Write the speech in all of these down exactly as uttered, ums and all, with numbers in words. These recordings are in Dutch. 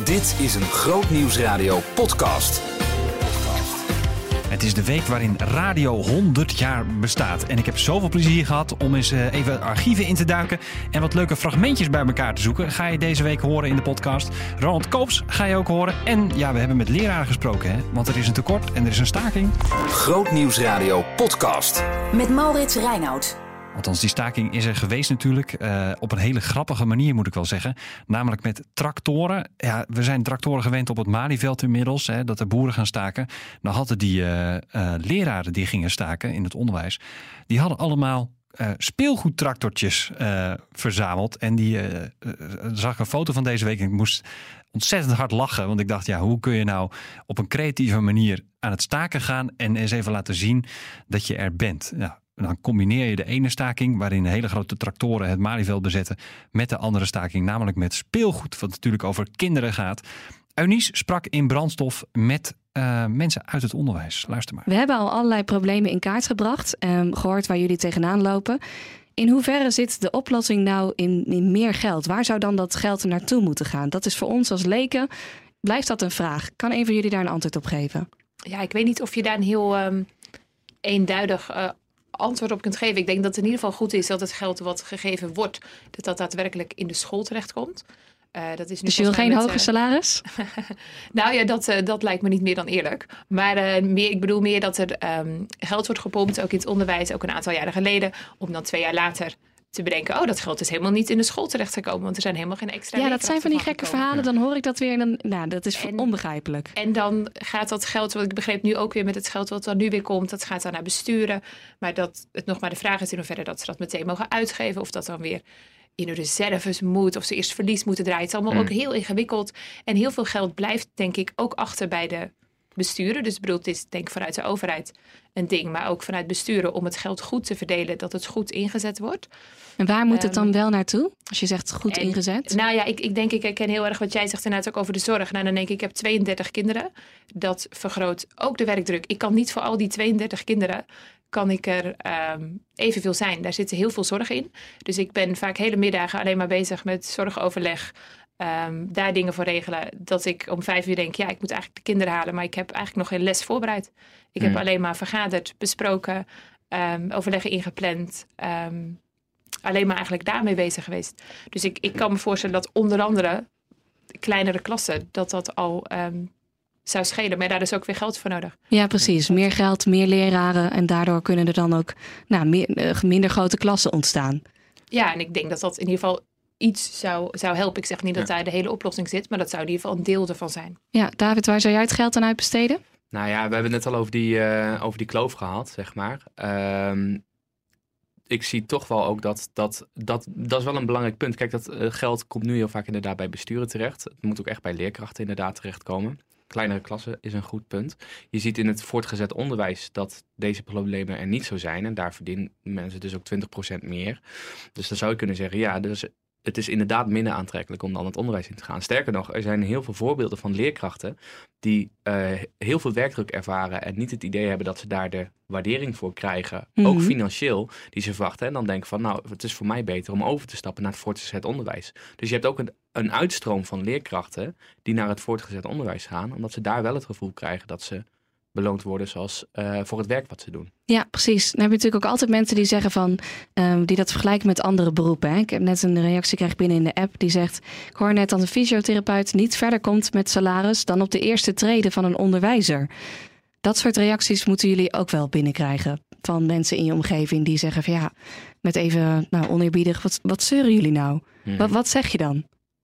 Dit is een Grootnieuwsradio podcast. Het is de week waarin radio honderd jaar bestaat. En ik heb zoveel plezier gehad om eens uh, even archieven in te duiken en wat leuke fragmentjes bij elkaar te zoeken. Ga je deze week horen in de podcast. Ronald Koops ga je ook horen. En ja, we hebben met leraren gesproken, hè? Want er is een tekort en er is een staking. Grootnieuwsradio podcast. Met Maurits Reinoud. Althans, die staking is er geweest natuurlijk. Uh, op een hele grappige manier, moet ik wel zeggen. Namelijk met tractoren. Ja, we zijn tractoren gewend op het Malieveld inmiddels. Hè, dat de boeren gaan staken. Nou hadden die uh, uh, leraren die gingen staken in het onderwijs. Die hadden allemaal uh, speelgoedtractortjes uh, verzameld. En die uh, uh, zag ik een foto van deze week. En ik moest ontzettend hard lachen. Want ik dacht, ja, hoe kun je nou op een creatieve manier aan het staken gaan. En eens even laten zien dat je er bent. Nou, dan combineer je de ene staking, waarin hele grote tractoren het Malieveld bezetten, met de andere staking, namelijk met speelgoed, wat natuurlijk over kinderen gaat. Eunice sprak in Brandstof met uh, mensen uit het onderwijs. Luister maar. We hebben al allerlei problemen in kaart gebracht, um, gehoord waar jullie tegenaan lopen. In hoeverre zit de oplossing nou in, in meer geld? Waar zou dan dat geld er naartoe moeten gaan? Dat is voor ons als leken, blijft dat een vraag. Kan een van jullie daar een antwoord op geven? Ja, ik weet niet of je daar een heel um, eenduidig uh, antwoord op kunt geven. Ik denk dat het in ieder geval goed is dat het geld wat gegeven wordt, dat dat daadwerkelijk in de school terechtkomt. Uh, dat is nu dus je wil geen met, hoger uh, salaris? nou ja, dat, uh, dat lijkt me niet meer dan eerlijk. Maar uh, meer, ik bedoel meer dat er um, geld wordt gepompt, ook in het onderwijs, ook een aantal jaren geleden, om dan twee jaar later te bedenken, oh, dat geld is helemaal niet in de school terechtgekomen, want er zijn helemaal geen extra Ja, dat zijn van die gekke gekomen. verhalen, dan hoor ik dat weer en dan, nou, dat is en, onbegrijpelijk. En dan gaat dat geld, wat ik begreep nu ook weer met het geld wat dan nu weer komt, dat gaat dan naar besturen. Maar dat het nog maar de vraag is in hoeverre dat ze dat meteen mogen uitgeven, of dat dan weer in de reserves moet, of ze eerst verlies moeten draaien. Het is allemaal mm. ook heel ingewikkeld. En heel veel geld blijft, denk ik, ook achter bij de besturen. Dus bedoel, het is denk ik vanuit de overheid een ding, maar ook vanuit besturen om het geld goed te verdelen, dat het goed ingezet wordt. En waar moet het um, dan wel naartoe? Als je zegt goed en, ingezet. Nou ja, ik, ik denk, ik herken heel erg wat jij zegt inderdaad ook over de zorg. Nou, dan denk ik, ik heb tweeëndertig kinderen. Dat vergroot ook de werkdruk. Ik kan niet voor al die tweeëndertig kinderen, kan ik er um, evenveel zijn. Daar zit heel veel zorg in. Dus ik ben vaak hele middagen alleen maar bezig met zorgoverleg. Um, daar dingen voor regelen. Dat ik om vijf uur denk, ja, ik moet eigenlijk de kinderen halen, maar ik heb eigenlijk nog geen les voorbereid. Ik hmm. heb alleen maar vergaderd, besproken, um, overleggen ingepland. Um, alleen maar eigenlijk daarmee bezig geweest. Dus ik, ik kan me voorstellen dat onder andere kleinere klassen, dat dat al um, zou schelen. Maar daar is ook weer geld voor nodig. Ja, precies. Meer geld, meer leraren. En daardoor kunnen er dan ook nou, meer, minder grote klassen ontstaan. Ja, en ik denk dat dat in ieder geval iets zou, zou helpen. Ik zeg niet dat ja. daar de hele oplossing zit, maar dat zou in ieder geval een deel ervan zijn. Ja, David, waar zou jij het geld aan uitbesteden? Nou ja, we hebben het net al over die, uh, over die kloof gehad, zeg maar. Um, ik zie toch wel ook dat, dat, dat, dat is wel een belangrijk punt. Kijk, dat uh, geld komt nu heel vaak inderdaad bij besturen terecht. Het moet ook echt bij leerkrachten inderdaad terechtkomen. Kleinere klassen is een goed punt. Je ziet in het voortgezet onderwijs dat deze problemen er niet zo zijn. En daar verdienen mensen dus ook twintig procent meer. Dus dan zou je kunnen zeggen, ja, dus het is inderdaad minder aantrekkelijk om dan het onderwijs in te gaan. Sterker nog, er zijn heel veel voorbeelden van leerkrachten die uh, heel veel werkdruk ervaren en niet het idee hebben dat ze daar de waardering voor krijgen, mm-hmm. ook financieel, die ze verwachten. En dan denken van, nou, het is voor mij beter om over te stappen naar het voortgezet onderwijs. Dus je hebt ook een, een uitstroom van leerkrachten die naar het voortgezet onderwijs gaan, omdat ze daar wel het gevoel krijgen dat ze beloond worden zoals uh, voor het werk wat ze doen. Ja, precies. Dan heb je natuurlijk ook altijd mensen die zeggen van, um, die dat vergelijken met andere beroepen. Hè? Ik heb net een reactie gekregen binnen in de app die zegt, ik hoor net dat een fysiotherapeut niet verder komt met salaris dan op de eerste trede van een onderwijzer. Dat soort reacties moeten jullie ook wel binnenkrijgen van mensen in je omgeving die zeggen van ja, met even nou, oneerbiedig, wat, wat zeuren jullie nou? Hmm. Wat, wat zeg je dan?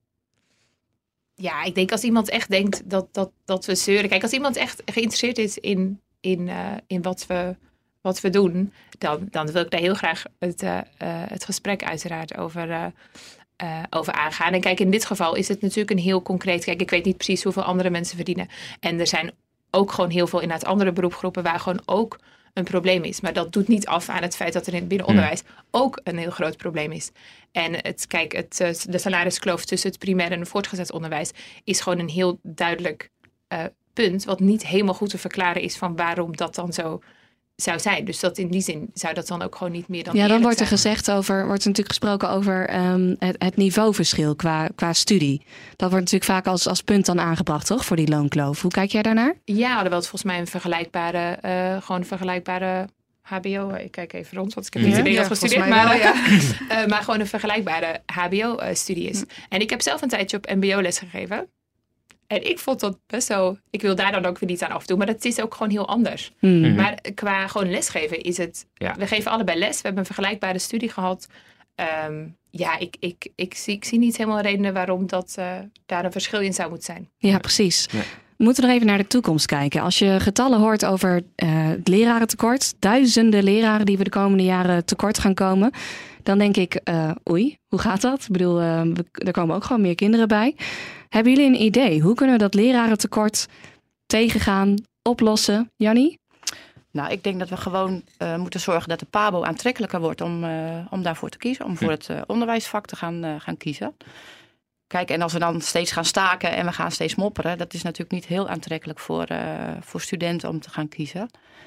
Ja, ik denk als iemand echt denkt dat, dat, dat we zeuren. Kijk, als iemand echt geïnteresseerd is in, in, uh, in wat, we, wat we doen, dan, dan wil ik daar heel graag het, uh, uh, het gesprek uiteraard over, uh, uh, over aangaan. En kijk, in dit geval is het natuurlijk een heel concreet. Kijk, ik weet niet precies hoeveel andere mensen verdienen. En er zijn ook gewoon heel veel inderdaad andere beroepsgroepen waar gewoon ook een probleem is. Maar dat doet niet af aan het feit dat er in het binnenonderwijs hmm. ook een heel groot probleem is. En het, kijk, het, de salariskloof tussen het primair en het voortgezet onderwijs is gewoon een heel duidelijk uh, punt, wat niet helemaal goed te verklaren is van waarom dat dan zo zou zijn. Dus dat in die zin zou dat dan ook gewoon niet meer dan Ja, dan eerlijk wordt er zijn. gezegd over, wordt er natuurlijk gesproken over um, het, het niveauverschil qua, qua studie. Dat wordt natuurlijk vaak als, als punt dan aangebracht, toch? Voor die loonkloof. Hoe kijk jij daarnaar? Ja, alhoewel het volgens mij een vergelijkbare, uh, gewoon een vergelijkbare H B O. Ik kijk even rond, want ik heb niet in Nederland gestudeerd, maar, wel, ja. uh, maar gewoon een vergelijkbare H B O-studie is. En ik heb zelf een tijdje op M B O-les gegeven. En ik vond dat best wel... Ik wil daar dan ook weer niet aan afdoen, maar dat is ook gewoon heel anders. Hmm. Maar qua gewoon lesgeven is het... Ja. We geven allebei les. We hebben een vergelijkbare studie gehad. Um, ja, ik, ik, ik, zie, ik zie niet helemaal redenen waarom dat, uh, daar een verschil in zou moeten zijn. Ja, precies. Ja. We moeten nog even naar de toekomst kijken. Als je getallen hoort over uh, het lerarentekort, duizenden leraren die we de komende jaren tekort gaan komen, dan denk ik, uh, oei, hoe gaat dat? Ik bedoel, uh, we, er komen ook gewoon meer kinderen bij. Hebben jullie een idee? Hoe kunnen we dat lerarentekort tegengaan, oplossen? Jannie? Nou, ik denk dat we gewoon uh, moeten zorgen dat de P A B O aantrekkelijker wordt om, uh, om daarvoor te kiezen. Om voor het uh, onderwijsvak te gaan, uh, gaan kiezen. Kijk, en als we dan steeds gaan staken en we gaan steeds mopperen, dat is natuurlijk niet heel aantrekkelijk voor, uh, voor studenten om te gaan kiezen.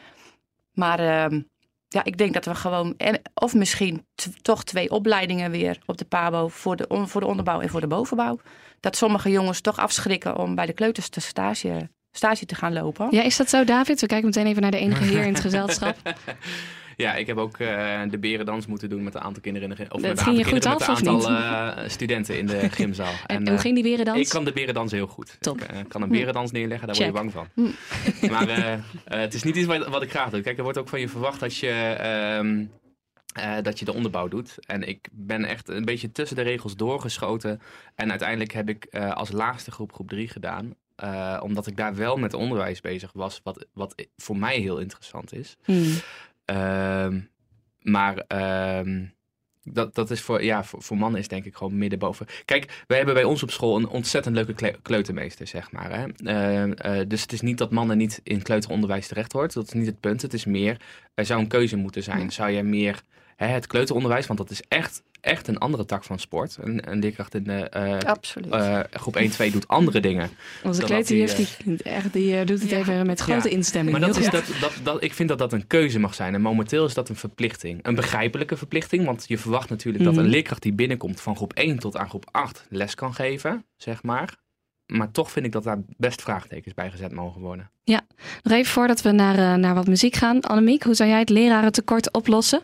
Maar uh, ja, ik denk dat we gewoon, en, of misschien t- toch twee opleidingen weer op de P A B O voor de, on, voor de onderbouw en voor de bovenbouw. Dat sommige jongens toch afschrikken om bij de kleuters te stage, stage te gaan lopen. Ja, is dat zo, David? We kijken meteen even naar de enige heer in het gezelschap. Ja, ik heb ook uh, de berendans moeten doen met een aantal kinderen in de of dat met een ging aantal, je goed af, met af, een of aantal uh, studenten in de gymzaal. En, en uh, hoe ging die berendans? Ik kan de berendans heel goed. Top. Ik uh, kan een berendans neerleggen, daar Check. word je bang van. Hm. Maar uh, uh, het is niet iets wat, wat ik graag doe. Kijk, er wordt ook van je verwacht dat je, um, uh, dat je de onderbouw doet. En ik ben echt een beetje tussen de regels doorgeschoten. En uiteindelijk heb ik uh, als laagste groep groep drie gedaan. Uh, omdat ik daar wel met onderwijs bezig was, wat, wat voor mij heel interessant is. Hmm. Uh, maar uh, dat, dat is voor, ja, voor, voor mannen is denk ik gewoon middenboven. Kijk, wij hebben bij ons op school een ontzettend leuke kle- kleutermeester, zeg maar. Hè? Uh, uh, dus het is niet dat mannen niet in kleuteronderwijs terecht hoort. Dat is niet het punt. Het is meer, er zou een keuze moeten zijn. Ja. Zou jij meer hè, het kleuteronderwijs, want dat is echt, echt een andere tak van sport. Een, een leerkracht in de uh, Absoluut. Uh, groep één twee doet andere dingen. Onze kleuterjuf die, die, echt, die uh, doet het ja. even met grote ja. instemming. Maar dat is dat, dat, dat, ik vind dat dat een keuze mag zijn. En momenteel is dat een verplichting. Een begrijpelijke verplichting. Want je verwacht natuurlijk mm-hmm. dat een leerkracht die binnenkomt van groep één tot aan groep acht les kan geven, zeg maar. Maar toch vind ik dat daar best vraagtekens bij gezet mogen worden. Ja, nog even voordat we naar, uh, naar wat muziek gaan. Annemiek, hoe zou jij het lerarentekort oplossen?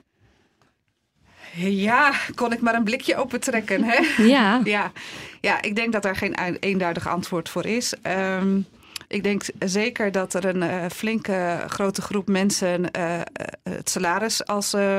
Ja, kon ik maar een blikje opentrekken, hè? Ja. ja. Ja, ik denk dat daar geen eenduidig antwoord voor is. Um, ik denk zeker dat er een uh, flinke grote groep mensen uh, het salaris als... Uh,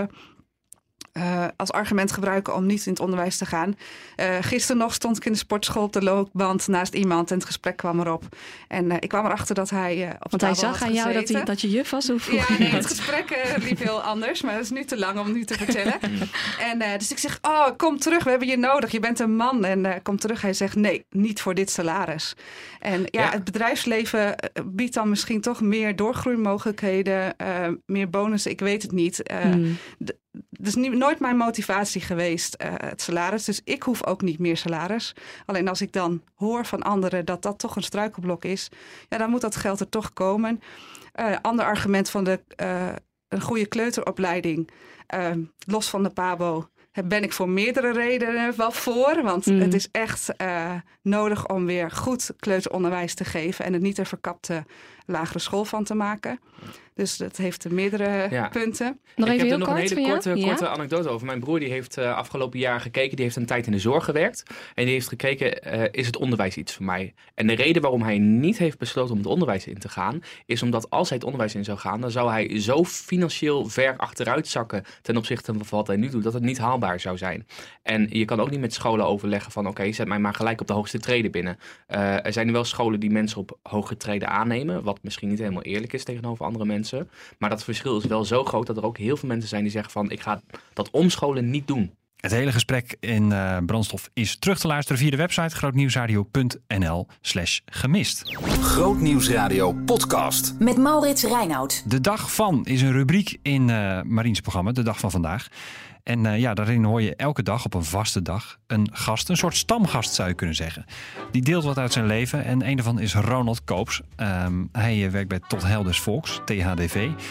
Uh, als argument gebruiken om niet in het onderwijs te gaan. Uh, gisteren nog stond ik in de sportschool op de loopband naast iemand en het gesprek kwam erop. En uh, ik kwam erachter dat hij uh, op Want hij zag aan jou dat, hij, dat je juf was? Of ja, nee, het gesprek uh, liep heel anders, maar dat is nu te lang om nu te vertellen. en uh, dus ik zeg, oh, kom terug, we hebben je nodig, je bent een man. En uh, kom terug, hij zegt, nee, niet voor dit salaris. En ja, ja. het bedrijfsleven biedt dan misschien toch meer doorgroeimogelijkheden, uh, meer bonussen, ik weet het niet. Uh, hmm. d- Dat is niet, nooit mijn motivatie geweest, uh, het salaris. Dus ik hoef ook niet meer salaris. Alleen als ik dan hoor van anderen dat dat toch een struikelblok is, ja, dan moet dat geld er toch komen. Uh, ander argument van de, uh, een goede kleuteropleiding, uh, los van de P A B O, ben ik voor meerdere redenen wel voor. Want mm. het is echt uh, nodig om weer goed kleuteronderwijs te geven en het niet een verkapte lagere school van te maken. Dus dat heeft meerdere ja. punten. Nog ik even heb heel er nog kort, een hele korte, ja? korte anekdote over. Mijn broer die heeft uh, afgelopen jaar gekeken. Die heeft een tijd in de zorg gewerkt. En die heeft gekeken, uh, is het onderwijs iets voor mij? En de reden waarom hij niet heeft besloten om het onderwijs in te gaan, is omdat als hij het onderwijs in zou gaan, dan zou hij zo financieel ver achteruit zakken ten opzichte van wat hij nu doet, dat het niet haalbaar zou zijn. En je kan ook niet met scholen overleggen van oké, okay, zet mij maar gelijk op de hoogste treden binnen. Uh, er zijn nu wel scholen die mensen op hoge treden aannemen, wat misschien niet helemaal eerlijk is tegenover andere mensen. Maar dat verschil is wel zo groot dat er ook heel veel mensen zijn die zeggen van ik ga dat omscholen niet doen. Het hele gesprek in uh, Brandstof is terug te luisteren via de website grootnieuwsradio.nl slash gemist. Grootnieuwsradio podcast. Met Maurits Reinoud. De dag van is een rubriek in uh, Mariens programma, de dag van vandaag. En uh, ja, daarin hoor je elke dag op een vaste dag een gast, een soort stamgast zou je kunnen zeggen. Die deelt wat uit zijn leven en een daarvan is Ronald Koops. Um, hij uh, werkt bij Tot Helders Volks, T H D V.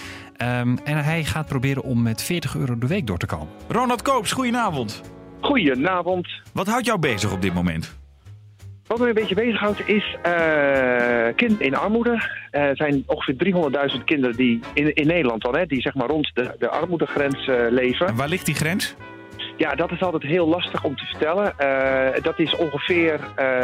Um, en hij gaat proberen om met veertig euro de week door te komen. Ronald Koops, goedenavond. Goedenavond. Wat houdt jou bezig op dit moment? Wat me een beetje bezighoudt is uh, kinderen in armoede. Er uh, zijn ongeveer driehonderdduizend kinderen die in, in Nederland dan, hè, die zeg maar rond de, de armoedegrens uh, leven. En waar ligt die grens? Ja, dat is altijd heel lastig om te vertellen. Uh, dat is ongeveer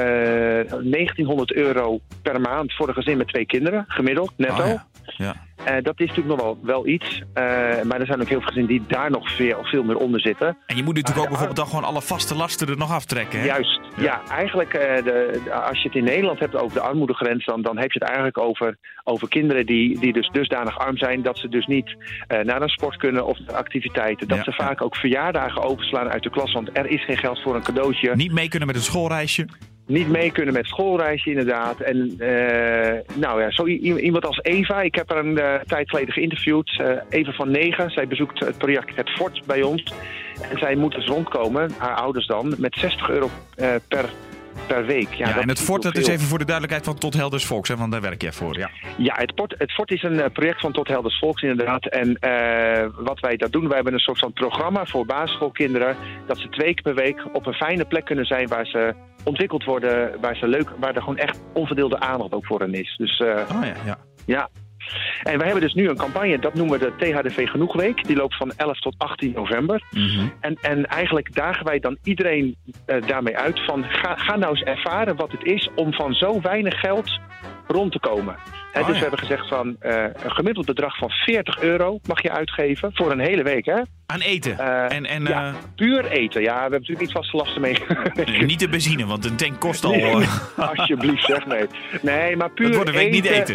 uh, negentienhonderd euro per maand voor een gezin met twee kinderen, gemiddeld, netto. Oh, ja. Ja. Uh, dat is natuurlijk nog wel, wel iets. Uh, maar er zijn ook heel veel gezinnen die daar nog veel, veel meer onder zitten. En je moet natuurlijk uh, ook bijvoorbeeld dan gewoon alle vaste lasten er nog aftrekken, hè? Juist. Ja, ja eigenlijk uh, de, de, als je het in Nederland hebt over de armoedegrens, dan, dan heb je het eigenlijk over, over kinderen die, die dus dusdanig arm zijn dat ze dus niet uh, naar een sport kunnen of naar activiteiten. Dat ja, ze vaak ja. ook verjaardagen overslaan uit de klas, want er is geen geld voor een cadeautje. Niet mee kunnen met een schoolreisje. Niet mee kunnen met schoolreisje inderdaad. En uh, nou ja, zo iemand als Eva, ik heb haar een uh, tijd geleden geïnterviewd. Uh, Eva van negen, zij bezoekt het project Het Fort bij ons. En zij moet dus rondkomen, haar ouders dan, met zestig euro uh, per, per week. Ja, ja dat en het Fort, dat is even voor de duidelijkheid van Tot Helders Volks, hè, want daar werk jij voor. Ja, ja het, Fort, het Fort is een uh, project van Tot Helders Volks inderdaad. En uh, wat wij dat doen, wij hebben een soort van programma voor basisschoolkinderen, dat ze twee keer per week op een fijne plek kunnen zijn waar ze ontwikkeld worden, waar ze leuk, waar er gewoon echt onverdeelde aandacht ook voor hen is. Dus uh, oh ja, ja. ja. En we hebben dus nu een campagne, dat noemen we de T H D V Genoegweek. Die loopt van elf tot achttien november. Mm-hmm. En, en eigenlijk dagen wij dan iedereen uh, daarmee uit van ga, ga nou eens ervaren wat het is om van zo weinig geld rond te komen. He, oh, dus ja. we hebben gezegd van uh, een gemiddeld bedrag van veertig euro mag je uitgeven voor een hele week. Hè? Aan eten? Uh, en, en, ja, uh... puur eten. Ja, we hebben natuurlijk niet vaste lasten mee. Nee, niet de benzine, want een tank kost al... Nee, alsjeblieft, zeg nee. Nee, maar puur eten... Het wordt een week niet eten.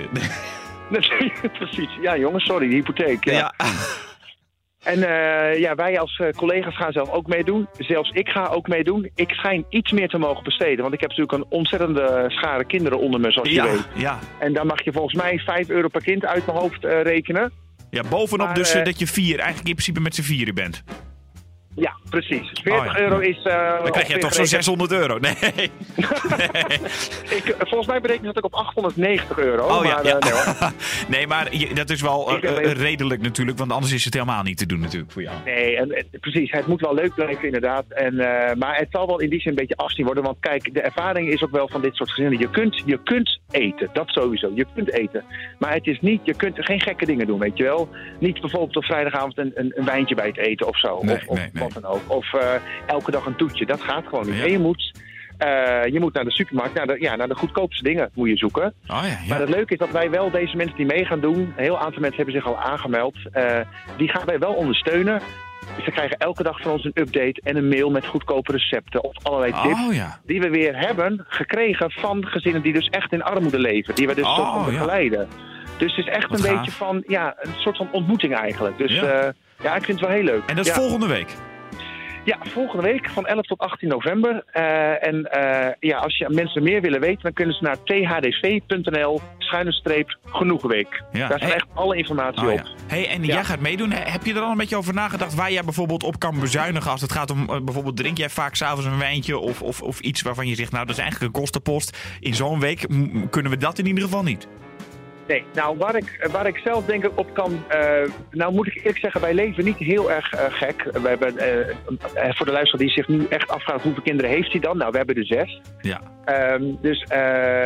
Precies. Ja, jongens, sorry, de hypotheek. Ja. ja. En uh, ja, wij als uh, collega's gaan zelf ook meedoen. Zelfs ik ga ook meedoen. Ik schijn iets meer te mogen besteden. Want ik heb natuurlijk een ontzettende schare kinderen onder me, zoals ja, je weet. Ja. En daar mag je volgens mij vijf euro per kind uit mijn hoofd uh, rekenen. Ja, bovenop maar, dus uh, dat je vier, eigenlijk in principe met z'n vieren bent. Ja, precies. veertig oh, ja. euro is... Uh, dan krijg je toch zo'n zeshonderd euro. Nee. nee. ik, volgens mij bereken dat ik op achthonderdnegentig euro. Oh, maar, ja, ja. Uh, nee, hoor. nee, maar je, dat is wel uh, uh, redelijk natuurlijk. Want anders is het helemaal niet te doen natuurlijk voor jou. Nee, en, en, precies. Het moet wel leuk blijven inderdaad. En, uh, maar het zal wel in die zin een beetje afzien worden. Want kijk, de ervaring is ook wel van dit soort gezinnen. Je kunt, je kunt eten. Dat sowieso. Je kunt eten. Maar het is niet... Je kunt geen gekke dingen doen, weet je wel. Niet bijvoorbeeld op vrijdagavond een, een, een wijntje bij het eten of zo. Nee, of of nee, nee. wat dan ook. Of... Uh, elke dag een toetje. Dat gaat gewoon niet. Ja. En je moet, uh, je moet naar de supermarkt, naar de, ja, naar de goedkoopste dingen moet je zoeken. Oh, ja, ja. Maar het leuke is dat wij wel deze mensen die mee gaan doen, een heel aantal mensen hebben zich al aangemeld, uh, die gaan wij wel ondersteunen. Ze krijgen elke dag van ons een update en een mail met goedkope recepten of allerlei tips. Oh, ja. Die we weer hebben gekregen van gezinnen die dus echt in armoede leven. Die we dus oh, toch begeleiden. Ja. Dus het is echt Wat een gaaf. beetje van, ja, een soort van ontmoeting eigenlijk. Dus ja, uh, ja ik vind het wel heel leuk. En dat is ja. volgende week? Ja, volgende week van elf tot achttien november. Uh, en uh, ja, als je mensen meer willen weten, dan kunnen ze naar thdv.nl schuine streep genoegweek. Ja. Daar staat hey. echt alle informatie oh, op. Ja. Hey, en ja. jij gaat meedoen. Heb je er al een beetje over nagedacht waar jij bijvoorbeeld op kan bezuinigen als het gaat om uh, bijvoorbeeld drink jij vaak s'avonds een wijntje of, of, of iets waarvan je zegt, nou dat is eigenlijk een kostenpost. In zo'n week m- kunnen we dat in ieder geval niet. Nee, nou waar ik, waar ik zelf denk ik op kan... Uh, nou moet ik eerlijk zeggen, wij leven niet heel erg uh, gek. We hebben, uh, uh, voor de luisteraar die zich nu echt afvraagt hoeveel kinderen heeft hij dan? Nou, we hebben er zes. Ja. Um, dus uh,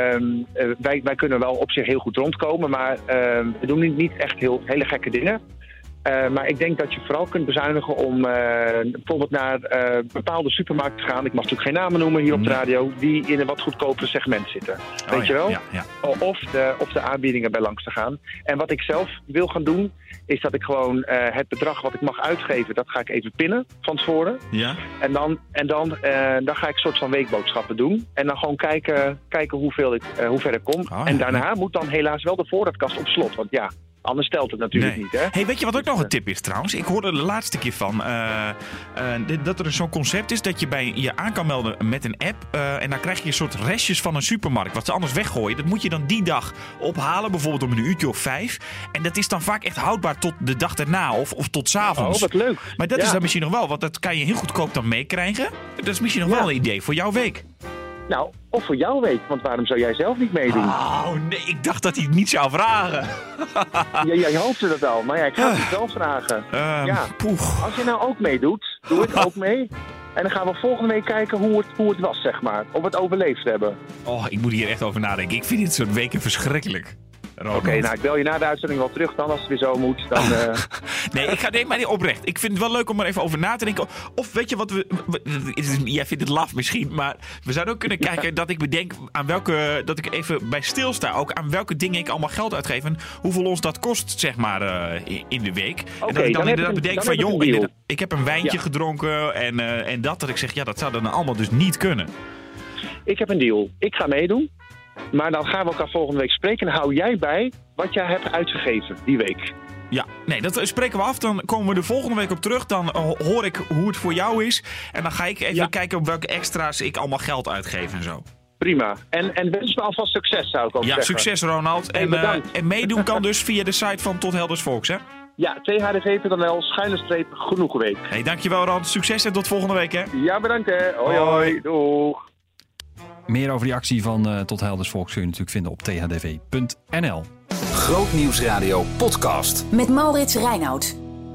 uh, wij, wij kunnen wel op zich heel goed rondkomen, maar uh, we doen niet, niet echt heel, hele gekke dingen. Uh, maar ik denk dat je vooral kunt bezuinigen om uh, bijvoorbeeld naar uh, bepaalde supermarkten te gaan. Ik mag natuurlijk geen namen noemen hier op de radio. Die in een wat goedkoper segment zitten. Oh, Weet ja, je wel? Ja, ja. Of, de, of de aanbiedingen bij langs te gaan. En wat ik zelf wil gaan doen, is dat ik gewoon uh, het bedrag wat ik mag uitgeven, dat ga ik even pinnen van tevoren. Ja. En dan, en dan, uh, dan ga ik een soort van weekboodschappen doen. En dan gewoon kijken, kijken hoeveel ik, uh, hoe ver ik kom. Oh, ja, en daarna ja. moet dan helaas wel de voorraadkast op slot. Want ja, anders stelt het natuurlijk nee. niet. Hè? Hey, weet je wat ook nog een tip is trouwens? Ik hoorde de laatste keer van uh, uh, dat er zo'n concept is dat je bij je aan kan melden met een app. Uh, en dan krijg je een soort restjes van een supermarkt. Wat ze anders weggooien. Dat moet je dan die dag ophalen. Bijvoorbeeld om een uurtje of vijf. En dat is dan vaak echt houdbaar tot de dag daarna. Of, of tot 's avonds. Oh, wat leuk. Maar dat ja. is dan misschien nog wel. Want dat kan je heel goedkoop dan meekrijgen. Dat is misschien nog ja. wel een idee voor jouw week. Nou, of voor jouw week, want waarom zou jij zelf niet meedoen? Oh nee, ik dacht dat hij het niet zou vragen. Ja, jij hoopte dat al, maar ja, ik ga het wel vragen. Uh, ja. Poeh. Als je nou ook meedoet, doe ik ook mee. En dan gaan we volgende week kijken hoe het, hoe het was, zeg maar. Of we het overleefd hebben. Oh, ik moet hier echt over nadenken. Ik vind dit soort weken verschrikkelijk. Oké, okay, nou ik bel je na de uitzending wel terug dan, als het weer zo moet. Dan, uh... nee, ik ga nee, maar niet oprecht. Ik vind het wel leuk om er even over na te denken. Of weet je wat we... Jij vindt het laf misschien, maar we zouden ook kunnen kijken dat ik bedenk aan welke... Dat ik even bij stilsta, ook aan welke dingen ik allemaal geld uitgeef. En hoeveel ons dat kost, zeg maar, uh, in de week. Okay, en dat ik dan, dan inderdaad een, bedenk dan van, joh, inderdaad, ik, ik heb een wijntje ja. gedronken en, uh, en dat. Dat ik zeg, ja, dat zou dan allemaal dus niet kunnen. Ik heb een deal. Ik ga meedoen. Maar dan gaan we elkaar volgende week spreken. En hou jij bij wat jij hebt uitgegeven die week. Ja, nee, dat spreken we af. Dan komen we de volgende week op terug. Dan hoor ik hoe het voor jou is. En dan ga ik even ja. kijken op welke extra's ik allemaal geld uitgeef en zo. Prima. En, en wens me alvast succes, zou ik ook ja, zeggen. Ja, succes Ronald. En, uh, en meedoen kan dus via de site van Tot Helders Volks, hè? Ja, t h d v punt n l schuine streep genoeg week. Hey, dankjewel Ronald. Succes en tot volgende week, hè? Ja, bedankt hè. Hoi hoi. hoi. Doeg. Meer over die actie van uh, Tot Helders Volks kun je natuurlijk vinden op t h d v punt n l. Grootnieuwsradio podcast. Met Maurits Reinoud.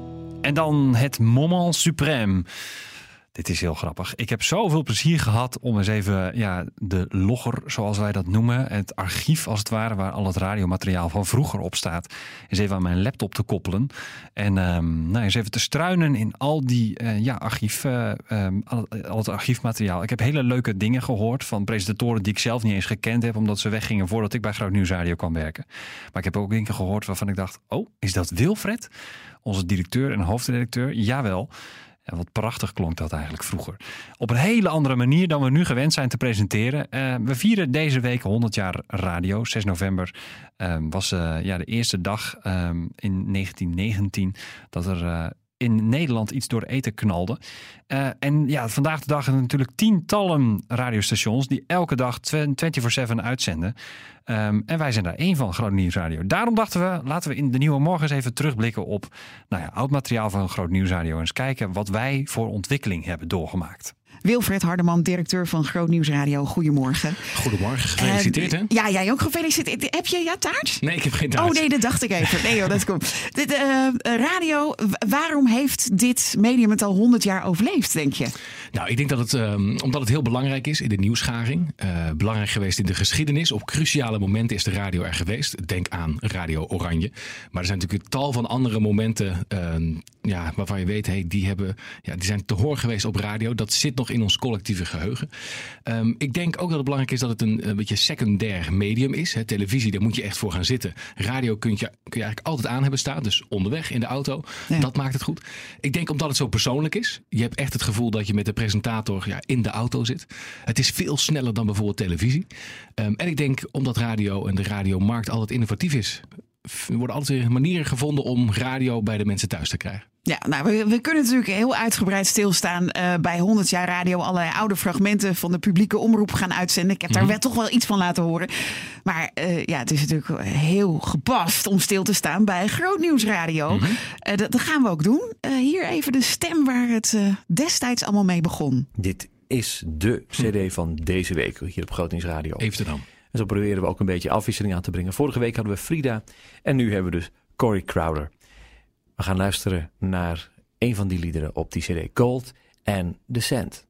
En dan het moment suprême. Dit is heel grappig. Ik heb zoveel plezier gehad om eens even ja, de logger, zoals wij dat noemen, het archief als het ware, waar al het radiomateriaal van vroeger op staat, eens even aan mijn laptop te koppelen. En um, nou, eens even te struinen in al die uh, ja, archief, uh, um, al, al het archiefmateriaal. Ik heb hele leuke dingen gehoord van presentatoren die ik zelf niet eens gekend heb, omdat ze weggingen voordat ik bij Groot Nieuws Radio kwam werken. Maar ik heb ook dingen gehoord waarvan ik dacht, oh, is dat Wilfred? Onze directeur en hoofdredacteur? Jawel. En wat prachtig klonk dat eigenlijk vroeger. Op een hele andere manier dan we nu gewend zijn te presenteren. Uh, we vieren deze week honderd jaar radio. zes november uh, was uh, ja, de eerste dag um, in negentien negentien dat er uh, in Nederland iets door de ether knalde. Uh, en ja, vandaag de dag zijn er natuurlijk tientallen radiostations die elke dag vierentwintig zeven uitzenden. Um, en wij zijn daar één van, Groot Nieuws Radio. Daarom dachten we, laten we in de Nieuwe Morgen eens even terugblikken op nou ja, oud materiaal van Groot Nieuws Radio. En eens kijken wat wij voor ontwikkeling hebben doorgemaakt. Wilfred Hardeman, directeur van Groot Nieuws Radio. Goedemorgen. Goedemorgen, gefeliciteerd uh, hè? Ja, jij ook gefeliciteerd. Heb je ja taart? Nee, ik heb geen taart. Oh nee, dat dacht ik even. Nee joh, dat komt. Dit, uh, radio, waarom heeft dit medium het al honderd jaar overleefd, denk je? Nou, ik denk dat het, um, omdat het heel belangrijk is in de nieuwsgaring. Uh, belangrijk geweest in de geschiedenis. Op cruciale momenten is de radio er geweest. Denk aan Radio Oranje. Maar er zijn natuurlijk een tal van andere momenten uh, ja, waarvan je weet, hey, die, hebben, ja, die zijn te horen geweest op radio. Dat zit nog in ons collectieve geheugen. Um, ik denk ook dat het belangrijk is dat het een, een beetje secundair medium is. He, televisie, daar moet je echt voor gaan zitten. Radio kun je, kun je eigenlijk altijd aan hebben staan. Dus onderweg in de auto. Ja. Dat maakt het goed. Ik denk omdat het zo persoonlijk is. Je hebt echt het gevoel dat je met de presentator ja, in de auto zit. Het is veel sneller dan bijvoorbeeld televisie. Um, en ik denk omdat radio en de radiomarkt altijd innovatief is. Er worden altijd manieren gevonden om radio bij de mensen thuis te krijgen. Ja, nou, we, we kunnen natuurlijk heel uitgebreid stilstaan uh, bij honderd jaar radio. Allerlei oude fragmenten van de publieke omroep gaan uitzenden. Ik heb daar mm-hmm. wel toch wel iets van laten horen. Maar uh, ja, het is natuurlijk heel gepast om stil te staan bij Groot Nieuws Radio. Mm-hmm. Uh, dat, dat gaan we ook doen. Uh, hier even de stem waar het uh, destijds allemaal mee begon. Dit is de cd van deze week hier op Groot Nieuws Radio. Even dan. En zo proberen we ook een beetje afwisseling aan te brengen. Vorige week hadden we Frida en nu hebben we dus Corey Crowder. We gaan luisteren naar een van die liederen op die cd, Gold and the Sand.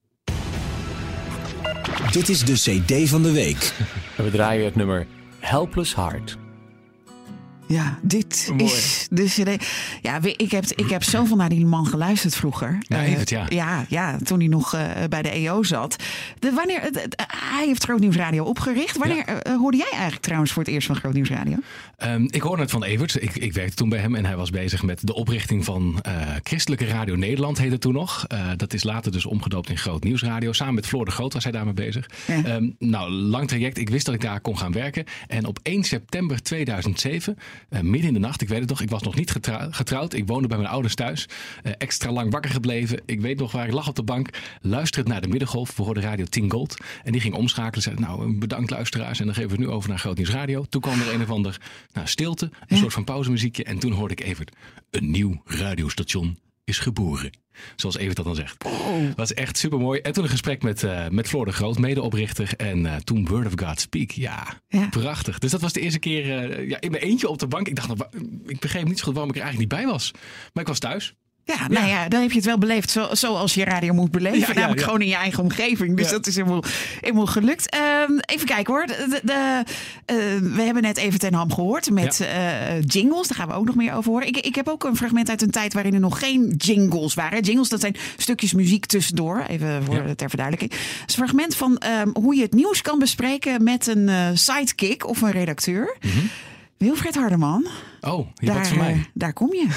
Dit is de cd van de week. En we draaien het nummer Helpless Heart. Ja, dit Mooi. is de cd. Ja, ik heb, ik heb zoveel naar die man geluisterd vroeger. Ja, even, ja. Uh, ja, ja, toen hij nog uh, bij de E O zat. De, wanneer, uh, uh, hij heeft Groot Nieuws Radio opgericht. Wanneer ja. uh, hoorde jij eigenlijk trouwens voor het eerst van Groot Nieuws Radio? Um, ik hoorde het van Evert. Ik, ik werkte toen bij hem en hij was bezig met de oprichting van uh, Christelijke Radio Nederland, heette het toen nog. Uh, dat is later dus omgedoopt in Groot Nieuws Radio. Samen met Floor de Groot was hij daarmee bezig. Ja. Um, nou, lang traject. Ik wist dat ik daar kon gaan werken. En op één september tweeduizend zeven... Uh, midden in de nacht, ik weet het nog, ik was nog niet getrou- getrouwd. Ik woonde bij mijn ouders thuis. Uh, extra lang wakker gebleven. Ik weet nog waar ik lag op de bank. Luisterend naar de Middengolf. We hoorden radio tien Gold. En die ging omschakelen. Zei, nou, bedankt luisteraars. En dan geven we het nu over naar Groot Nieuws Radio. Toen kwam er een of ander nou, stilte. Een ja. soort van pauzemuziekje. En toen hoorde ik even een nieuw radiostation is geboren. Zoals Evert dat dan zegt. Oh. Dat was echt super mooi. En toen een gesprek met, uh, met Floor de Groot, medeoprichter. En uh, toen Word of God Speak. Ja, ja, prachtig. Dus dat was de eerste keer uh, ja, in mijn eentje op de bank. Ik dacht, ik begreep niet zo goed waarom ik er eigenlijk niet bij was. Maar ik was thuis. Ja, nou ja, dan heb je het wel beleefd zo, zoals je radio moet beleven. Ja, namelijk ja, ja. gewoon in je eigen omgeving. Dus ja. dat is helemaal, helemaal gelukt. Um, even kijken hoor. De, de, uh, we hebben net even ten Ham gehoord met ja. uh, jingles. Daar gaan we ook nog meer over horen. Ik, ik heb ook een fragment uit een tijd waarin er nog geen jingles waren. Jingles, dat zijn stukjes muziek tussendoor. Even voor, ja. ter verduidelijking. Het is een fragment van um, hoe je het nieuws kan bespreken met een uh, sidekick of een redacteur. Mm-hmm. Wilfred Hardeman. Oh, hier wat voor mij. Uh, daar kom je.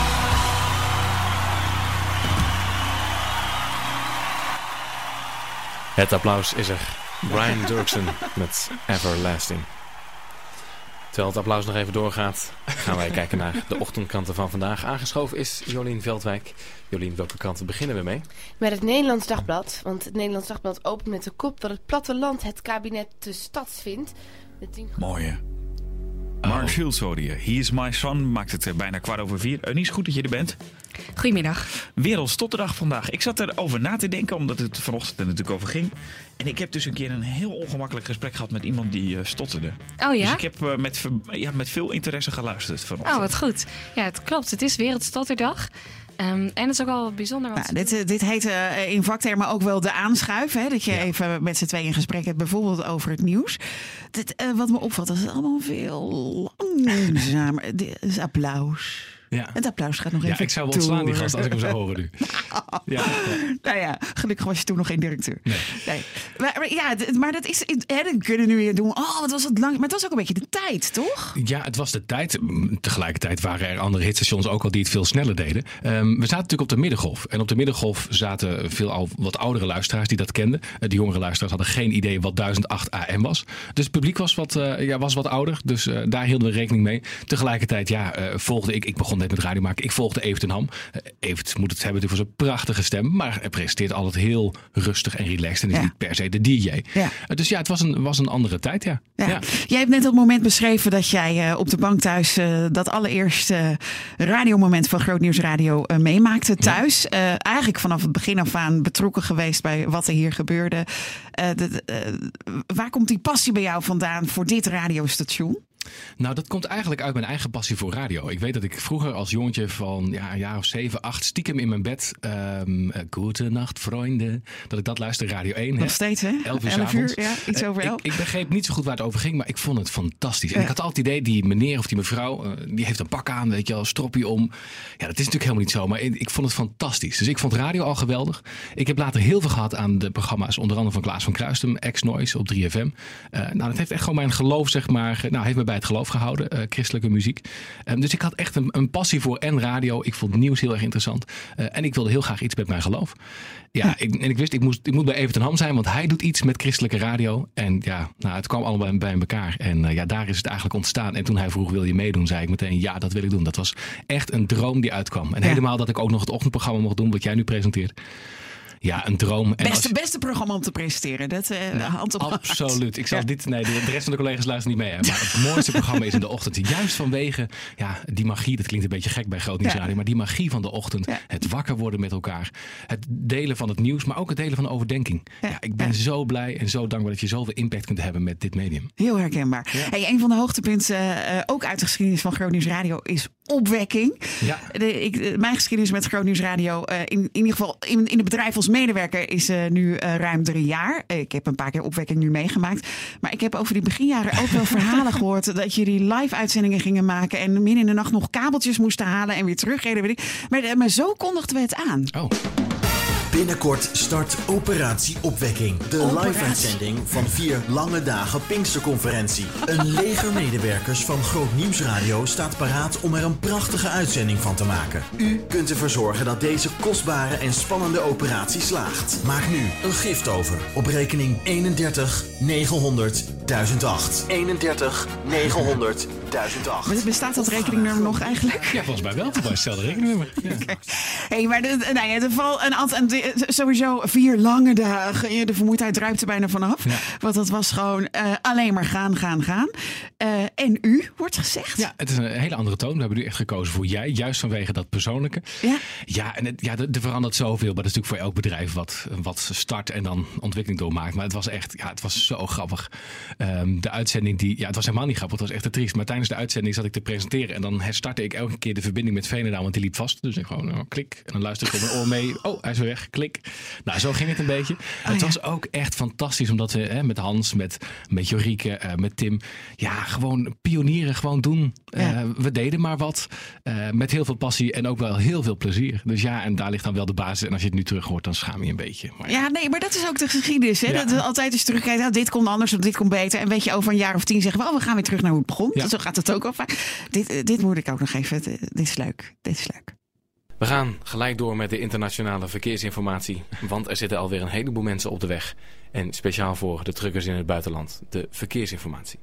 Het applaus is er. Brian Dirksen met Everlasting. Terwijl het applaus nog even doorgaat, gaan wij kijken naar de ochtendkranten van vandaag. Aangeschoven is Jolien Veldwijk. Jolien, welke kranten beginnen we mee? Met het Nederlands Dagblad. Want het Nederlands Dagblad opent met de kop dat het platteland het kabinet te stads vindt. Tien... Mooie. Mark Shields hoorde je. He is my son. Maakt het bijna kwart over vier. Eunice, goed dat je er bent. Goedemiddag. Wereldstotterdag vandaag. Ik zat erover na te denken, omdat het vanochtend er natuurlijk over ging. En ik heb dus een keer een heel ongemakkelijk gesprek gehad met iemand die uh, stotterde. Oh ja? Dus ik heb uh, met, ja, met veel interesse geluisterd vanochtend. Oh, wat goed. Ja, het klopt. Het is Wereldstotterdag. Um, en het is ook wel bijzonder. Want... Nou, dit, dit heet uh, in vaktermen ook wel de aanschuif. Hè? Dat je ja. even met z'n tweeën in gesprek hebt, bijvoorbeeld over het nieuws. Dit, uh, wat me opvalt, dat is allemaal veel langzamer. Dit is applaus. Ja. Het applaus gaat nog ja, even ik zou wel ontslaan die gast als ik hem zou horen nu. ja, ja. Nou ja, gelukkig was je toen nog geen directeur. Nee. nee. Maar, maar ja, maar dat is... Hè, dat kunnen nu weer doen. Oh, wat was het lang. Maar het was ook een beetje de tijd, toch? Ja, het was de tijd. Tegelijkertijd waren er andere hitstations ook al die het veel sneller deden. Um, we zaten natuurlijk op de Middengolf. En op de Middengolf zaten veel al wat oudere luisteraars die dat kenden. Uh, die jongere luisteraars hadden geen idee wat duizend acht A M was. Dus het publiek was wat, uh, ja, was wat ouder. Dus uh, daar hielden we rekening mee. Tegelijkertijd, ja, uh, volgde ik... Ik begon net met radio maken. Ik volgde Evert ten Ham. Uh, Evert moet het hebben voor zijn prachtige stem. Maar hij presenteert altijd heel rustig en relaxed. En is ja. niet per se de D J. Ja. Uh, dus ja, het was een, was een andere tijd, ja. Ja. ja. Jij hebt net dat moment beschreven dat jij uh, op de bank thuis uh, dat allereerste radiomoment van Groot Nieuws Radio uh, meemaakte thuis. Ja. Uh, eigenlijk vanaf het begin af aan betrokken geweest bij wat er hier gebeurde. Uh, de, de, uh, waar komt die passie bij jou vandaan voor dit radiostation? Nou, dat komt eigenlijk uit mijn eigen passie voor radio. Ik weet dat ik vroeger als jongetje van ja, een jaar of zeven, acht... stiekem in mijn bed... Um, uh, Goedenacht, vrienden. Dat ik dat luisterde, Radio één. Nog hè? steeds, hè? elf uur, elf uur ja, iets over elf. Uh, ik, ik begreep niet zo goed waar het over ging, maar ik vond het fantastisch. En ja. ik had altijd het idee, die meneer of die mevrouw... Uh, die heeft een pak aan, weet je wel, stroppie om. Ja, dat is natuurlijk helemaal niet zo, maar ik, ik vond het fantastisch. Dus ik vond radio al geweldig. Ik heb later heel veel gehad aan de programma's... onder andere van Klaas van Kruistum, X-Noise op drie F M. Uh, nou, dat heeft echt gewoon mijn geloof, zeg maar... Nou, heeft me bij het geloof gehouden, uh, christelijke muziek. Um, dus ik had echt een, een passie voor en radio. Ik vond nieuws heel erg interessant. Uh, en ik wilde heel graag iets met mijn geloof. Ja, ik, en ik wist, ik, moest, ik moet bij Evert ten Ham zijn, want hij doet iets met christelijke radio. En ja, nou, het kwam allemaal bij, bij elkaar. En uh, ja, daar is het eigenlijk ontstaan. En toen hij vroeg, wil je meedoen? Zei ik meteen, ja, dat wil ik doen. Dat was echt een droom die uitkwam. En ja. helemaal dat ik ook nog het ochtendprogramma mocht doen, wat jij nu presenteert. Ja, een droom. En beste, als... beste programma om te presenteren. Dat, uh, ja, hand op absoluut. Ik zal ja. dit, nee, de rest van de collega's luisteren niet mee. Hè. Maar het mooiste programma is in de ochtend. Juist vanwege ja, die magie. Dat klinkt een beetje gek bij Groot Nieuws Radio. Ja. Maar die magie van de ochtend. Ja. Het wakker worden met elkaar. Het delen van het nieuws. Maar ook het delen van de overdenking. Ja. Ja, ik ben ja. zo blij en zo dankbaar dat je zoveel impact kunt hebben met dit medium. Heel herkenbaar. Ja. Hey, een van de hoogtepunten, uh, ook uit de geschiedenis van Groot Nieuws Radio, is opwekking. Ja. De, ik, mijn geschiedenis met Groot Nieuws Radio, uh, in, in ieder geval in, in het bedrijf als medewerker, is uh, nu uh, ruim drie jaar. Ik heb een paar keer opwekking nu meegemaakt. Maar ik heb over die beginjaren ook wel verhalen gehoord dat jullie live uitzendingen gingen maken en midden in de nacht nog kabeltjes moesten halen en weer terugreden. Weet ik. Maar, maar zo kondigden we het aan. Oh. Binnenkort start Operatie Opwekking. De live-uitzending van vier lange dagen Pinksterconferentie. Een leger medewerkers van Groot Nieuws Radio staat paraat om er een prachtige uitzending van te maken. U kunt ervoor zorgen dat deze kostbare en spannende operatie slaagt. Maak nu een gift over op rekening eenendertig negenhonderd duizend acht. eenendertig negenhonderd tweeduizend acht. Bestaat dat rekeningnummer nog eigenlijk? Ja, volgens mij wel. Volgens hetzelfde rekeningnummer. Ja. Okay. Hey, maar de, nou ja, er valt een aantal, sowieso vier lange dagen. De vermoeidheid druipt er bijna vanaf. Ja. Want dat was gewoon uh, alleen maar gaan, gaan, gaan. Uh, en u, wordt gezegd. Ja, het is een hele andere toon. We hebben nu echt gekozen voor jij. Juist vanwege dat persoonlijke. Ja, ja en het, ja, er, er verandert zoveel. Maar dat is natuurlijk voor elk bedrijf wat, wat start en dan ontwikkeling doormaakt. Maar het was echt, ja, het was zo grappig. Um, de uitzending die, ja, het was helemaal niet grappig. Het was echt te triest. Maar tijdens de uitzending zat ik te presenteren. En dan herstartte ik elke keer de verbinding met Veenendaal. Want die liep vast. Dus ik gewoon, nou, klik. En dan luister ik op mijn oor mee. Oh, hij is weer weg. Klik. Nou, zo ging het een beetje. Oh, het ja. was ook echt fantastisch. Omdat we hè, met Hans, met, met Jorike, uh, met Tim. Ja, gewoon pionieren. Gewoon doen. Ja. Uh, we deden maar wat. Uh, met heel veel passie. En ook wel heel veel plezier. Dus ja, en daar ligt dan wel de basis. En als je het nu terug hoort, dan schaam je een beetje. Maar ja. ja, nee, maar dat is ook de geschiedenis. Hè? Ja. Dat is altijd eens terugkijken. Nou, dit komt anders of dit komt beter. En weet je, over een jaar of tien zeggen we, oh, we gaan weer terug naar hoe het begon. Ja. Zo gaat het ook al vaak. Dit, dit moet ik ook nog even. Dit is leuk. Dit is leuk. We gaan gelijk door met de internationale verkeersinformatie. Want er zitten alweer een heleboel mensen op de weg. En speciaal voor de truckers in het buitenland, de verkeersinformatie.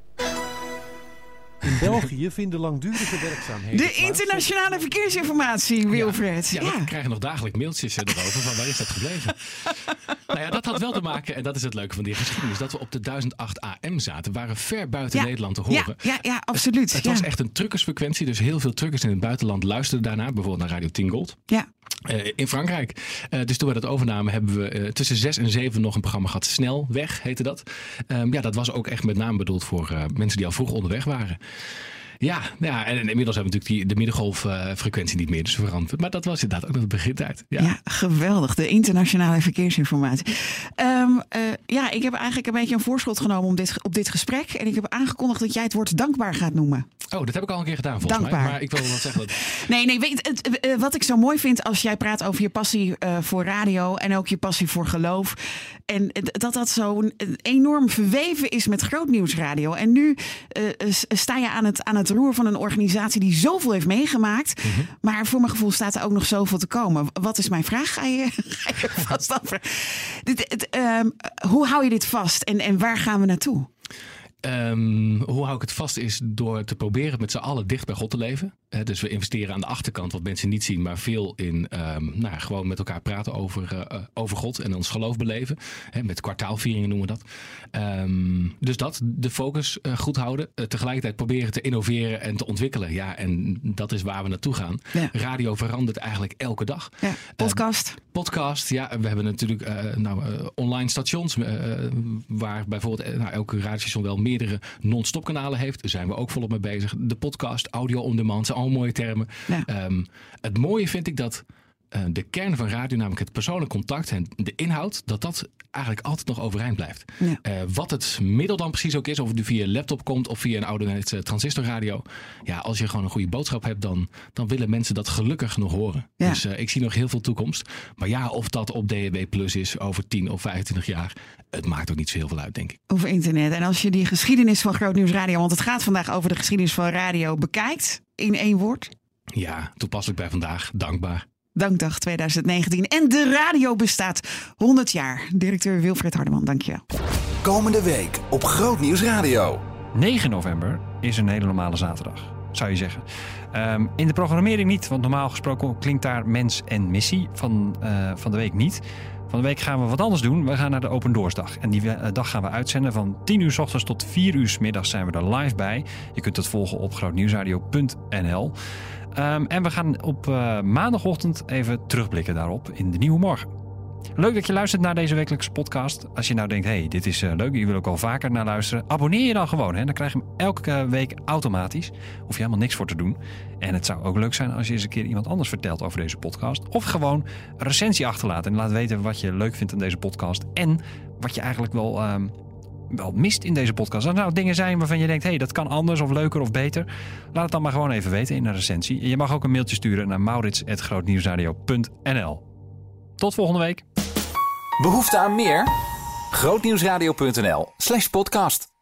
In België vinden langdurige werkzaamheden De internationale plaats. verkeersinformatie, Wilfred. Ja, ja, ja, we krijgen nog dagelijks mailtjes erover van waar is dat gebleven. Nou ja, dat had wel te maken, en dat is het leuke van die geschiedenis, dat we op de duizend acht A M zaten. We waren ver buiten ja, Nederland te horen. Ja, ja, ja absoluut. Het ja. was echt een truckersfrequentie, dus heel veel truckers in het buitenland luisterden daarna, bijvoorbeeld naar Radio Tingold. Ja. Uh, in Frankrijk. Uh, dus toen we dat overnamen hebben we uh, tussen zes en zeven nog een programma gehad. Snelweg heette dat. Um, ja, dat was ook echt met name bedoeld voor uh, mensen die al vroeg onderweg waren. Ja, ja, en inmiddels hebben we natuurlijk die, de middengolffrequentie uh, niet meer. Dus veranderd. Maar dat was inderdaad ook nog de begintijd. Ja. ja, geweldig. De internationale verkeersinformatie. Um, uh, ja, ik heb eigenlijk een beetje een voorschot genomen om dit, op dit gesprek. En ik heb aangekondigd dat jij het woord dankbaar gaat noemen. Oh, dat heb ik al een keer gedaan volgens dankbaar. mij. Maar ik wil wel zeggen dat... Nee, nee, weet het, uh, wat ik zo mooi vind als jij praat over je passie uh, voor radio en ook je passie voor geloof. En dat dat zo enorm verweven is met Grootnieuwsradio. En nu uh, sta je aan het, aan het roer van een organisatie die zoveel heeft meegemaakt. Mm-hmm. Maar voor mijn gevoel staat er ook nog zoveel te komen. Wat is mijn vraag? Ga je, ga je vast af? Dit, het, um, hoe hou je dit vast en, en waar gaan we naartoe? Um, hoe hou ik het vast is door te proberen met z'n allen dicht bij God te leven. Uh, dus we investeren aan de achterkant wat mensen niet zien, maar veel in um, nou, gewoon met elkaar praten over, uh, over God en ons geloof beleven. Hè, met kwartaalvieringen noemen we dat. Um, dus dat, de focus uh, goed houden. Uh, tegelijkertijd proberen te innoveren en te ontwikkelen. Ja, en dat is waar we naartoe gaan. Ja. Radio verandert eigenlijk elke dag. Ja, podcast. Uh, podcast, ja. We hebben natuurlijk uh, nou, uh, online stations uh, waar bijvoorbeeld uh, nou, elke radiostation wel meerdere non-stop kanalen heeft. Daar zijn we ook volop mee bezig. De podcast, audio on demand, zijn al mooie termen. Ja. Um, het mooie vind ik dat uh, de kern van radio, namelijk het persoonlijk contact en de inhoud, dat dat eigenlijk altijd nog overeind blijft. Ja. Uh, wat het middel dan precies ook is, of het nu via een laptop komt of via een ouderwetse transistorradio. Ja, als je gewoon een goede boodschap hebt, dan, dan willen mensen dat gelukkig nog horen. Ja. Dus uh, ik zie nog heel veel toekomst. Maar ja, of dat op D A B plus is over tien of vijfentwintig jaar, het maakt ook niet zo heel veel uit, denk ik. Over internet. En als je die geschiedenis van Grootnieuwsradio, want het gaat vandaag over de geschiedenis van radio, bekijkt in één woord. Ja, toepasselijk bij vandaag. Dankbaar. Dankdag twintig negentien. En de radio bestaat honderd jaar. Directeur Wilfred Hardeman, dankjewel. Komende week op Grootnieuwsradio. negen november is een hele normale zaterdag, zou je zeggen. Um, in de programmering niet, want normaal gesproken klinkt daar mens en missie. Van, uh, van de week niet. Van de week gaan we wat anders doen. We gaan naar de Open Doorsdag. En die uh, dag gaan we uitzenden van tien uur 's ochtends tot vier uur 's middags zijn we er live bij. Je kunt het volgen op grootnieuwsradio punt n l. Um, en we gaan op uh, maandagochtend even terugblikken daarop in de Nieuwe Morgen. Leuk dat je luistert naar deze wekelijkse podcast. Als je nou denkt, hey, dit is uh, leuk, je wil ook al vaker naar luisteren, abonneer je dan gewoon. Hè? Dan krijg je hem elke week automatisch. Hoef je helemaal niks voor te doen. En het zou ook leuk zijn als je eens een keer iemand anders vertelt over deze podcast. Of gewoon een recensie achterlaat en laat weten wat je leuk vindt aan deze podcast. En wat je eigenlijk wel... Um, wel mist in deze podcast. Als er nou dingen zijn waarvan je denkt, hé, hey, dat kan anders of leuker of beter, laat het dan maar gewoon even weten in een recensie. Je mag ook een mailtje sturen naar maurits at grootnieuwsradio punt n l. Tot volgende week. Behoefte aan meer? grootnieuwsradio punt n l slash podcast